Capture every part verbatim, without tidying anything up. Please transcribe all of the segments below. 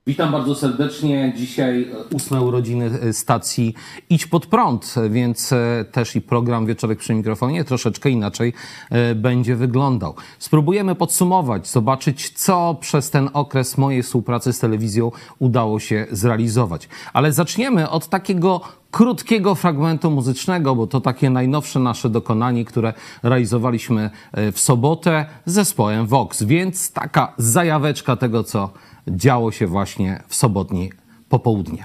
Witam bardzo serdecznie. Dzisiaj ósme urodziny stacji Idź Pod Prąd, więc też i program Wieczorek przy mikrofonie troszeczkę inaczej będzie wyglądał. Spróbujemy podsumować, zobaczyć, co przez ten okres mojej współpracy z telewizją udało się zrealizować. Ale zaczniemy od takiego krótkiego fragmentu muzycznego, bo to takie najnowsze nasze dokonanie, które realizowaliśmy w sobotę z zespołem Vox. Więc taka zajaweczka tego, co działo się właśnie w sobotnie popołudnie.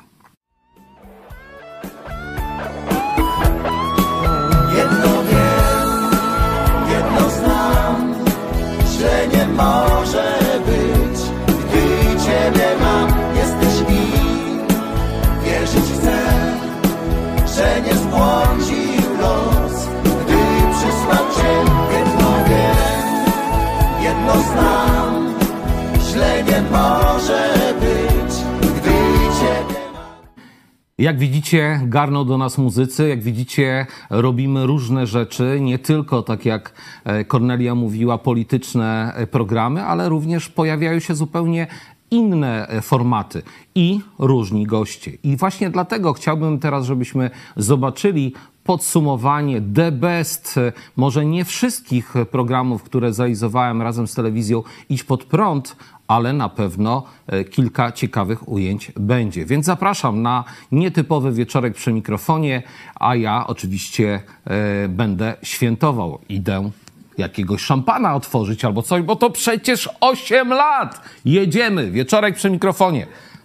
Jedno wiem, jedno znam, że nie może być, gdy Ciebie mam. Jesteś mi, wierzyć chcę, że nie zbłądził los, gdy przysłał Cię. Jedno wiem, jedno znam, źle nie może być, gdy Ciebie mam. Jak widzicie, garną do nas muzycy, jak widzicie, robimy różne rzeczy, nie tylko, tak jak Kornelia mówiła, polityczne programy, ale również pojawiają się zupełnie inne formaty i różni goście. I właśnie dlatego chciałbym teraz, żebyśmy zobaczyli podsumowanie the best, może nie wszystkich programów, które zrealizowałem razem z telewizją Idź Pod Prąd, ale na pewno kilka ciekawych ujęć będzie. Więc zapraszam na nietypowy wieczorek przy mikrofonie, a ja oczywiście e, będę świętował. Idę jakiegoś szampana otworzyć albo coś, bo to przecież osiem lat. Jedziemy. Wieczorek przy mikrofonie.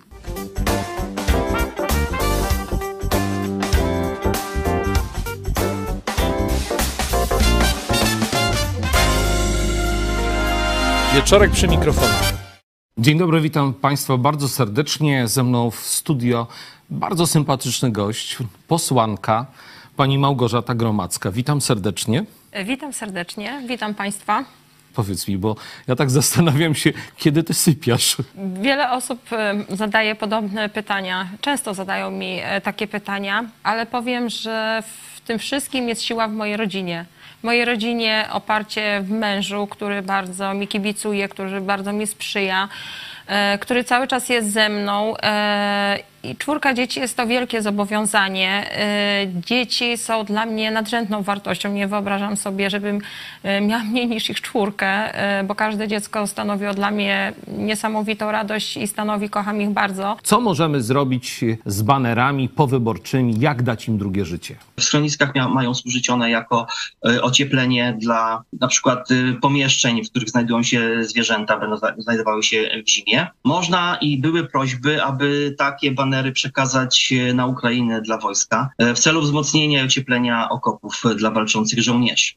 Wieczorek przy mikrofonie. Dzień dobry, witam Państwa bardzo serdecznie. Ze mną w studio bardzo sympatyczny gość, posłanka, pani Małgorzata Gromadzka. Witam serdecznie. Witam serdecznie, witam Państwa. Powiedz mi, bo ja tak zastanawiam się, kiedy ty sypiasz? Wiele osób zadaje podobne pytania, często zadają mi takie pytania, ale powiem, że w tym wszystkim jest siła w mojej rodzinie. W mojej rodzinie oparcie w mężu, który bardzo mi kibicuje, który bardzo mi sprzyja, który cały czas jest ze mną. I czwórka dzieci jest to wielkie zobowiązanie. Dzieci są dla mnie nadrzędną wartością. Nie wyobrażam sobie, żebym miała mniej niż ich czwórkę, bo każde dziecko stanowi dla mnie niesamowitą radość i stanowi, kocham ich bardzo. Co możemy zrobić z banerami powyborczymi? Jak dać im drugie życie? W schroniskach mia- mają służyć one jako y, ocieplenie dla na przykład y, pomieszczeń, w których znajdują się zwierzęta, będą za- znajdowały się w zimie. Można i były prośby, aby takie banery przekazać na Ukrainę dla wojska w celu wzmocnienia i ocieplenia okopów dla walczących żołnierzy.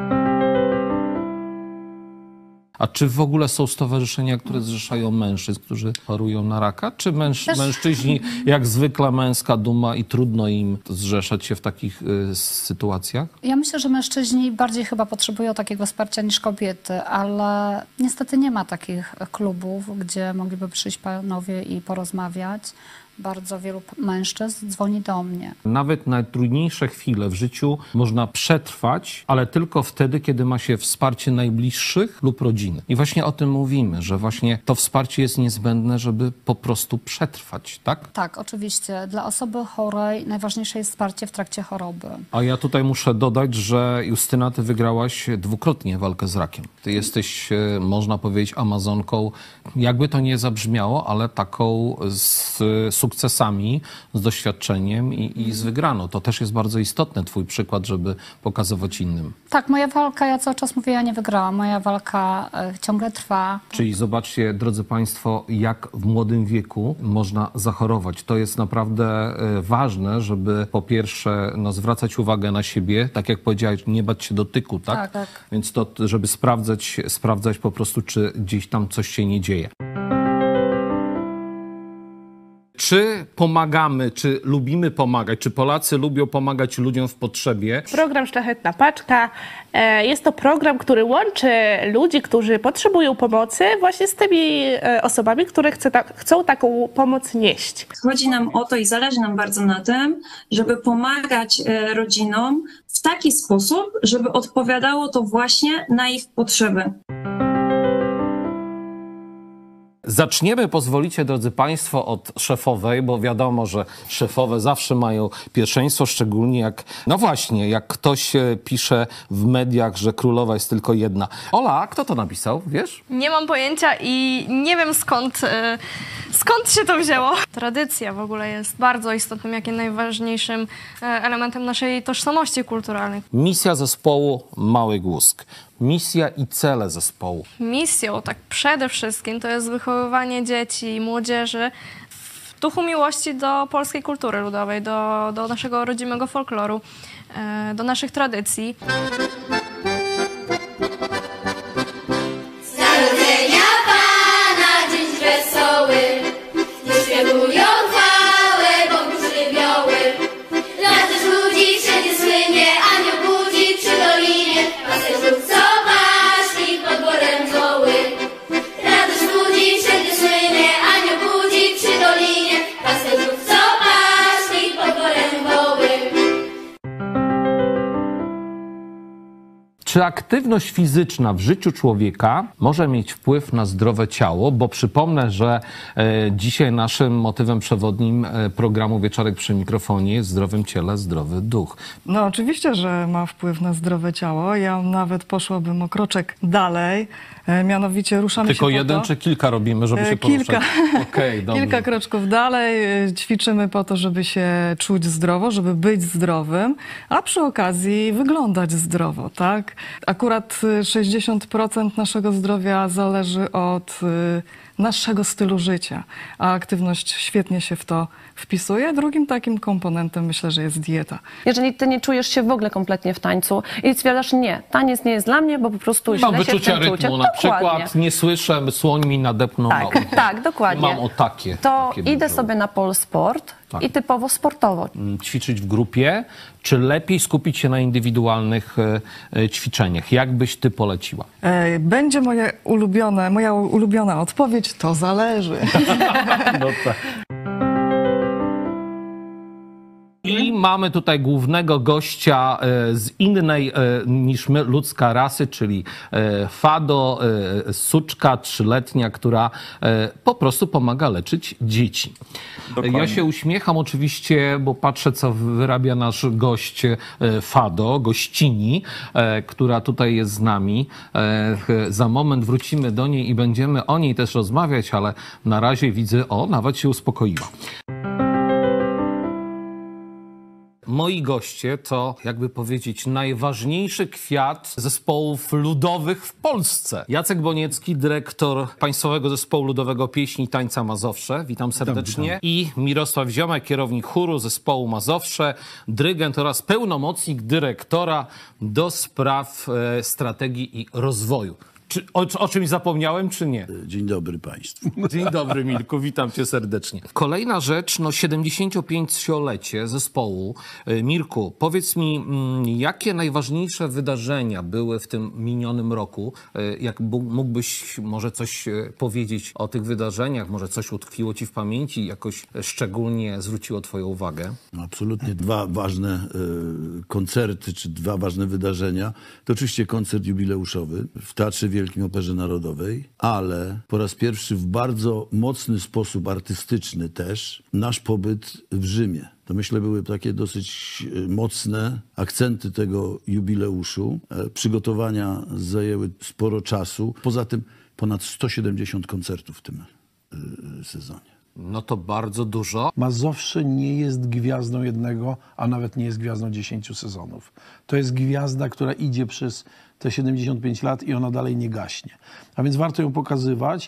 A czy w ogóle są stowarzyszenia, które zrzeszają mężczyzn, którzy chorują na raka? Czy męż, Też... mężczyźni, jak zwykle męska duma i trudno im zrzeszać się w takich y, sytuacjach? Ja myślę, że mężczyźni bardziej chyba potrzebują takiego wsparcia niż kobiety, ale niestety nie ma takich klubów, gdzie mogliby przyjść panowie i porozmawiać. Bardzo wielu mężczyzn dzwoni do mnie. Nawet najtrudniejsze chwile w życiu można przetrwać, ale tylko wtedy, kiedy ma się wsparcie najbliższych lub rodziny. I właśnie o tym mówimy, że właśnie to wsparcie jest niezbędne, żeby po prostu przetrwać, tak? Tak, oczywiście. Dla osoby chorej najważniejsze jest wsparcie w trakcie choroby. A ja tutaj muszę dodać, że Justyna, ty wygrałaś dwukrotnie walkę z rakiem. Ty jesteś, można powiedzieć, amazonką, jakby to nie zabrzmiało, ale taką z sukcesami, z doświadczeniem i, i z wygraną. To też jest bardzo istotny twój przykład, żeby pokazywać innym. Tak, moja walka, ja cały czas mówię, ja nie wygrałam. Moja walka y, ciągle trwa. Czyli zobaczcie, drodzy Państwo, jak w młodym wieku można zachorować. To jest naprawdę y, ważne, żeby po pierwsze no, zwracać uwagę na siebie, tak jak powiedziałeś, nie bać się dotyku, tak? Tak, tak. Więc to, żeby sprawdzać, sprawdzać po prostu, czy gdzieś tam coś się nie dzieje. Czy pomagamy, czy lubimy pomagać, czy Polacy lubią pomagać ludziom w potrzebie? Program Szlachetna Paczka jest to program, który łączy ludzi, którzy potrzebują pomocy właśnie z tymi osobami, które chce ta- chcą taką pomoc nieść. Chodzi nam o to i zależy nam bardzo na tym, żeby pomagać rodzinom w taki sposób, żeby odpowiadało to właśnie na ich potrzeby. Zaczniemy, pozwolicie, drodzy Państwo, od szefowej, bo wiadomo, że szefowe zawsze mają pierwszeństwo, szczególnie jak, no właśnie, jak ktoś pisze w mediach, że królowa jest tylko jedna. Ola, kto to napisał, wiesz? Nie mam pojęcia i nie wiem skąd, e, skąd się to wzięło. Tradycja w ogóle jest bardzo istotnym, jak i najważniejszym e, elementem naszej tożsamości kulturalnej. Misja zespołu Mały Głusk. Misja i cele zespołu. Misją, tak przede wszystkim, to jest wychowywanie dzieci i młodzieży w duchu miłości do polskiej kultury ludowej, do, do naszego rodzimego folkloru, e, do naszych tradycji. Narodzenia Pana, dziś wesoły, śpiewają chwałę Bogu żywioły. Dla też ludzi wszędzie słynie, anioł budzi przy dolinie, pasterzów co paszli pod borem woły. Radość ludzi wszędzie słynie, anioł budzi przy dolinie, pasterzów co paszli pod borem woły. Czy aktywność fizyczna w życiu człowieka może mieć wpływ na zdrowe ciało? Bo przypomnę, że e, dzisiaj naszym motywem przewodnim e, programu Wieczorek przy mikrofonie jest w zdrowym ciele zdrowy duch. No oczywiście, że ma wpływ na zdrowe ciało. Ja nawet poszłabym o kroczek dalej. E, mianowicie ruszamy Tylko się po jeden to, czy kilka robimy, żeby e, się kilka, poruszać? Okay, dobrze. kilka kroczków dalej. E, ćwiczymy po to, żeby się czuć zdrowo, żeby być zdrowym, a przy okazji wyglądać zdrowo, tak? Akurat sześćdziesiąt procent naszego zdrowia zależy od y, naszego stylu życia, a aktywność świetnie się w to wpisuje. Drugim takim komponentem myślę, że jest dieta. Jeżeli ty nie czujesz się w ogóle kompletnie w tańcu i stwierdzasz, nie, taniec nie jest dla mnie, bo po prostu Mam źle się w wyczucia tym rytmu, czucie. na Dokładnie. przykład nie słyszę, słoń mi nadepnął na Tak, ucho. tak, dokładnie. Mam o takie. To takie idę było. sobie na Polsport Tak. i typowo sportowo. Ćwiczyć w grupie, czy lepiej skupić się na indywidualnych e, e, ćwiczeniach? Jak byś ty poleciła? E, Będzie moje ulubione, moja ulubiona odpowiedź, to zależy. No tak. I mamy tutaj głównego gościa e, z innej e, niż my ludzka rasy, czyli e, Fado, e, suczka trzyletnia, która e, po prostu pomaga leczyć dzieci. Dokładnie. Ja się uśmiecham oczywiście, bo patrzę, co wyrabia nasz gość e, Fado, gościni, e, która tutaj jest z nami. E, za moment wrócimy do niej i będziemy o niej też rozmawiać, ale na razie widzę, o, nawet się uspokoiła. Moi goście to, jakby powiedzieć, najważniejszy kwiat zespołów ludowych w Polsce. Jacek Boniecki, dyrektor Państwowego Zespołu Ludowego Pieśni i Tańca Mazowsze. Witam serdecznie. Witam, witam. I Mirosław Ziomek, kierownik chóru Zespołu Mazowsze, dyrygent oraz pełnomocnik dyrektora do spraw e, strategii i rozwoju. Czy, o, o czymś zapomniałem, czy nie? Dzień dobry Państwu. Dzień dobry, Milku, witam cię serdecznie. Kolejna rzecz, no siedemdziesięciopięciolecie zespołu. Mirku, powiedz mi, jakie najważniejsze wydarzenia były w tym minionym roku? Jak mógłbyś może coś powiedzieć o tych wydarzeniach? Może coś utkwiło ci w pamięci, jakoś szczególnie zwróciło twoją uwagę? No, absolutnie dwa ważne y, koncerty, czy dwa ważne wydarzenia. To oczywiście koncert jubileuszowy w Teatrze Wielkim Operze Narodowej, ale po raz pierwszy w bardzo mocny sposób artystyczny też nasz pobyt w Rzymie. To myślę były takie dosyć mocne akcenty tego jubileuszu. Przygotowania zajęły sporo czasu. Poza tym ponad sto siedemdziesiąt koncertów w tym sezonie. No to bardzo dużo. Mazowsze nie jest gwiazdą jednego, a nawet nie jest gwiazdą dziesięciu sezonów. To jest gwiazda, która idzie przez te siedemdziesiąt pięć lat i ona dalej nie gaśnie. A więc warto ją pokazywać.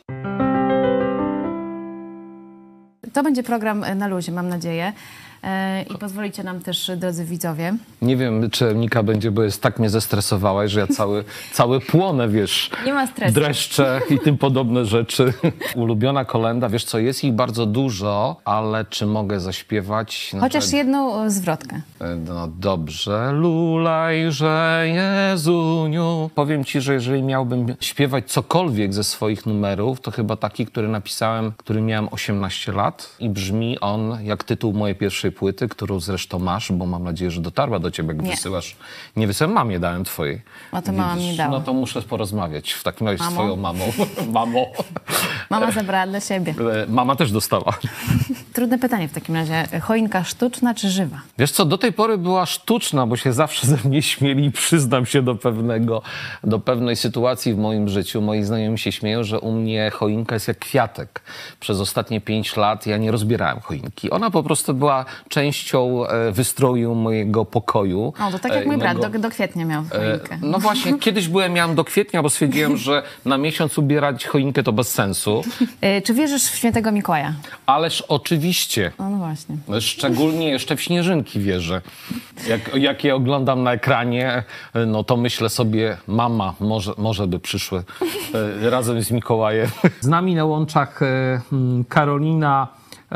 To będzie program na luzie, mam nadzieję. I pozwolicie nam też, drodzy widzowie. Nie wiem, czy Nika będzie, bo jest tak mnie zestresowałaś, że ja cały, cały płonę, wiesz. Nie ma stresu. Dreszcze i tym podobne rzeczy. Ulubiona kolenda, wiesz co, jest ich bardzo dużo, ale czy mogę zaśpiewać? Chociaż Nawet... jedną zwrotkę. No dobrze. Lulajże Jezuniu. Powiem ci, że jeżeli miałbym śpiewać cokolwiek ze swoich numerów, to chyba taki, który napisałem, który miałem osiemnaście lat i brzmi on jak tytuł mojej pierwszej płyty, którą zresztą masz, bo mam nadzieję, że dotarła do ciebie, jak nie. wysyłasz. Nie wysyłam, mamie dałem twojej. O to mama mi dała. No to muszę porozmawiać w takim razie z Mamo? twoją mamą. Mamo. Mama zabrała dla siebie. E, Mama też dostała. Trudne pytanie w takim razie. Choinka sztuczna czy żywa? Wiesz co, do tej pory była sztuczna, bo się zawsze ze mnie śmieli i przyznam się do pewnego, do pewnej sytuacji w moim życiu. Moi znajomi się śmieją, że u mnie choinka jest jak kwiatek. Przez ostatnie pięć lat ja nie rozbierałem choinki. Ona po prostu była częścią e, wystroju mojego pokoju. O, to tak jak e, mój mego... brat, do, do kwietnia miał choinkę. E, no właśnie, kiedyś byłem, miałem do kwietnia, bo stwierdziłem, że na miesiąc ubierać choinkę to bez sensu. E, czy wierzysz w świętego Mikołaja? Ależ oczywiście. No, no właśnie. Szczególnie jeszcze w śnieżynki wierzę. Jak, jak je oglądam na ekranie, no to myślę sobie, mama, może, może by przyszły e, razem z Mikołajem. Z nami na łączach e, Karolina, e,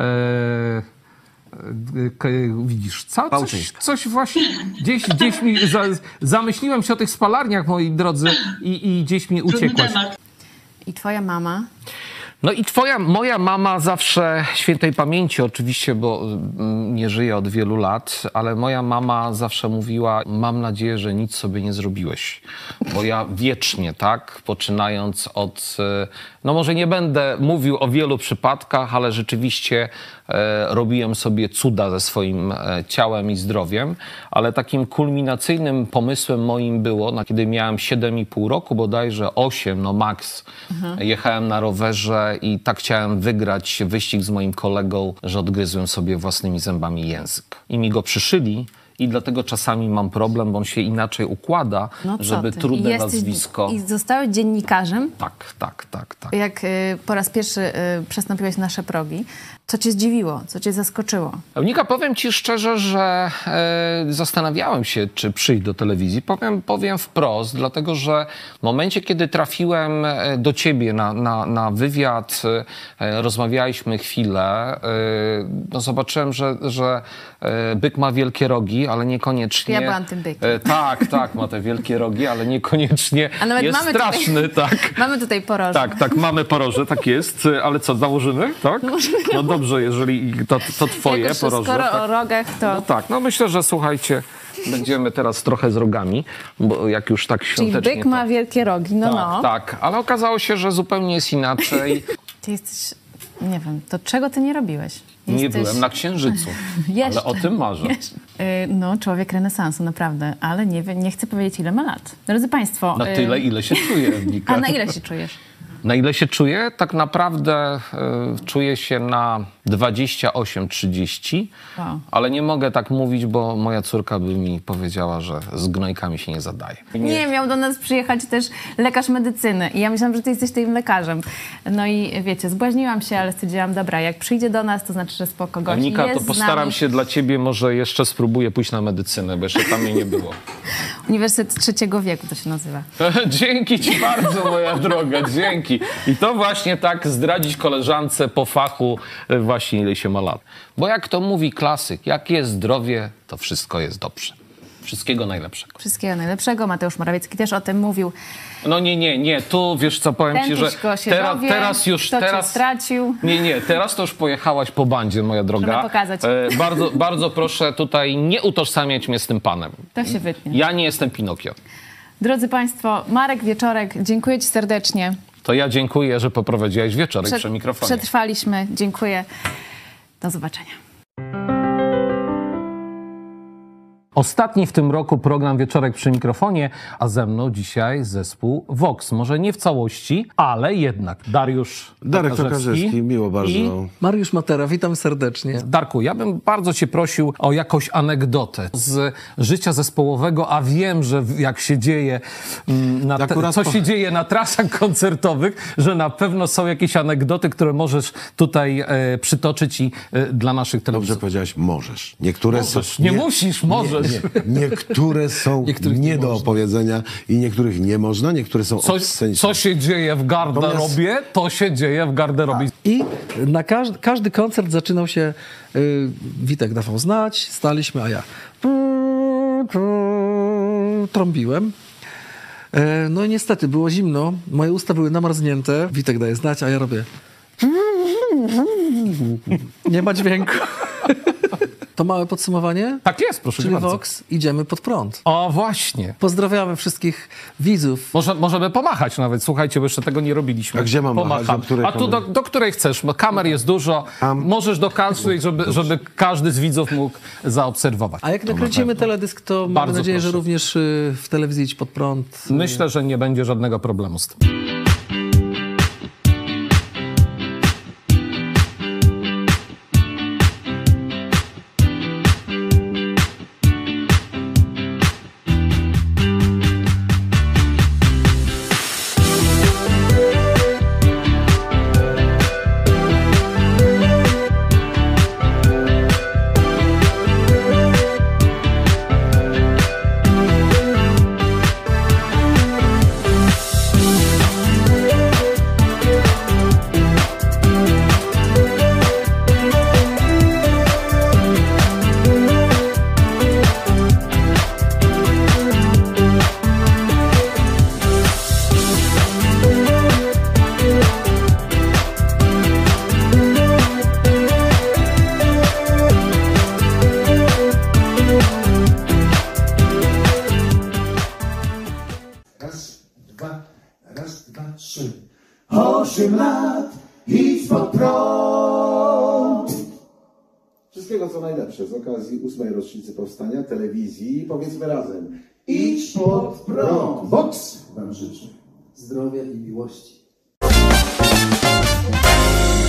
e, k, widzisz, co, coś, coś właśnie, gdzieś, gdzieś mi, za, zamyśliłem się o tych spalarniach, moi drodzy, i, i gdzieś mi uciekłaś. I twoja mama? No i twoja, moja mama zawsze, świętej pamięci oczywiście, bo nie żyje od wielu lat, ale moja mama zawsze mówiła, mam nadzieję, że nic sobie nie zrobiłeś. Bo ja wiecznie, tak, poczynając od, no może nie będę mówił o wielu przypadkach, ale rzeczywiście e, robiłem sobie cuda ze swoim e, ciałem i zdrowiem, ale takim kulminacyjnym pomysłem moim było, no, kiedy miałem siedem i pół roku, bodajże osiem, no maks, mhm. jechałem na rowerze i tak chciałem wygrać wyścig z moim kolegą, że odgryzłem sobie własnymi zębami język. I mi go przyszyli i dlatego czasami mam problem, bo on się inaczej układa, no żeby ty? trudne I jesteś, nazwisko... I zostałeś dziennikarzem? Tak, tak, tak, tak. Jak y, po raz pierwszy y, przestąpiłeś nasze progi, co cię zdziwiło, co cię zaskoczyło? Eunika, powiem ci szczerze, że e, zastanawiałem się, czy przyjść do telewizji. Powiem, powiem wprost, dlatego że w momencie, kiedy trafiłem do ciebie na, na, na wywiad, e, rozmawialiśmy chwilę, e, no zobaczyłem, że, że e, byk ma wielkie rogi, ale niekoniecznie... Ja byłam tym bykiem. E, tak, tak, ma te wielkie rogi, ale niekoniecznie A nawet jest mamy straszny, tutaj, tak. Mamy tutaj poroże. Tak, tak, mamy poroże, tak jest, ale co, założymy, tak? No dobrze, jeżeli to, to twoje Jakoś, poroże. skoro tak. o rogach, to... No tak, no myślę, że słuchajcie, będziemy teraz trochę z rogami, bo jak już tak Czyli świątecznie... byk ma wielkie rogi, no tak, no. Tak, ale okazało się, że zupełnie jest inaczej. Ty jesteś, nie wiem, to czego ty nie robiłeś? Nie Jesteś... byłem na Księżycu, ale o tym marzę. Jeszcze. No, człowiek renesansu, naprawdę, ale nie, nie chcę powiedzieć, ile ma lat. Drodzy państwo... Na tyle, ile się czuję, Ewnika. A na ile się czujesz? Na ile się czuję? Tak naprawdę y, czuję się na dwadzieścia osiem trzydzieści, Wow. ale nie mogę tak mówić, bo moja córka by mi powiedziała, że z gnojkami się nie zadaje. Nie, miał do nas przyjechać też lekarz medycyny i ja myślałam, że ty jesteś tym lekarzem. No i wiecie, zbłaźniłam się, ale stwierdziłam, dobra, jak przyjdzie do nas, to znaczy, że spoko gość Ewnika, jest to z postaram nami. się dla ciebie, może jeszcze spróbuję pójść na medycynę, bo jeszcze tam mnie nie było. Uniwersytet trzeciego wieku to się nazywa. Dzięki ci bardzo, moja droga, dzięki. I to właśnie tak zdradzić koleżance po fachu właśnie ile się ma lat. Bo jak to mówi klasyk, jak jest zdrowie, to wszystko jest dobrze. Wszystkiego najlepszego. Wszystkiego najlepszego. Mateusz Morawiecki też o tym mówił. No nie, nie, nie. Tu wiesz co, powiem Ten ci, że się teraz, dowie, teraz już... kto teraz cię stracił. Nie, nie, teraz to już pojechałaś po bandzie, moja droga. Żeby pokazać. E, bardzo, bardzo proszę tutaj nie utożsamiać mnie z tym panem. To się wytnie. Ja nie jestem Pinokio. Drodzy państwo, Marek Wieczorek, dziękuję ci serdecznie. To ja dziękuję, że poprowadziłaś wieczorek Przed- przy mikrofonie. Przetrwaliśmy. Dziękuję. Do zobaczenia. Ostatni w tym roku program Wieczorek przy mikrofonie, a ze mną dzisiaj zespół Vox. Może nie w całości, ale jednak. Dariusz Darek Tokarzewski, miło bardzo. I Mariusz Matera, witam serdecznie. Darku, ja bym bardzo cię prosił o jakąś anegdotę z życia zespołowego, a wiem, że jak się dzieje, mm, na te, Akurat co po- się dzieje na trasach koncertowych, że na pewno są jakieś anegdoty, które możesz tutaj e, przytoczyć i e, dla naszych telewizorów. Dobrze powiedziałeś, możesz. Niektóre Możesz, są, nie musisz, możesz. Nie, niektóre są Niektórych nie, nie do można. opowiedzenia i niektórych nie można, niektóre są Co, obsceniczne. co się dzieje w garderobie, to się dzieje w garderobie. I na każdy, każdy koncert zaczynał się, y, Witek dawał znać, staliśmy, a ja trąbiłem. E, no i niestety było zimno, moje usta były namarznięte, Witek daje znać, a ja robię nie ma dźwięku. To małe podsumowanie? Tak jest, proszę Czyli bardzo. Vox, idziemy pod prąd. O, właśnie. Pozdrawiamy wszystkich widzów. Może, możemy pomachać nawet, słuchajcie, bo jeszcze tego nie robiliśmy. A gdzie mam machać? Pomachamy. Do której A tu do, kamery? do której chcesz, bo kamer jest dużo. Możesz do każdej, żeby, żeby każdy z widzów mógł zaobserwować. A jak nakręcimy teledysk, to mamy Bardzo nadzieję, że proszę. również y, w telewizji Idź Pod Prąd. y, Myślę, że nie będzie żadnego problemu z tym. Raz, dwa, raz, dwa, trzy. Osiem lat, idź pod prąd. Wszystkiego co najlepsze z okazji ósmej rocznicy powstania telewizji. Powiedzmy razem. Idź pod prąd. Vox wam życzy zdrowia i miłości.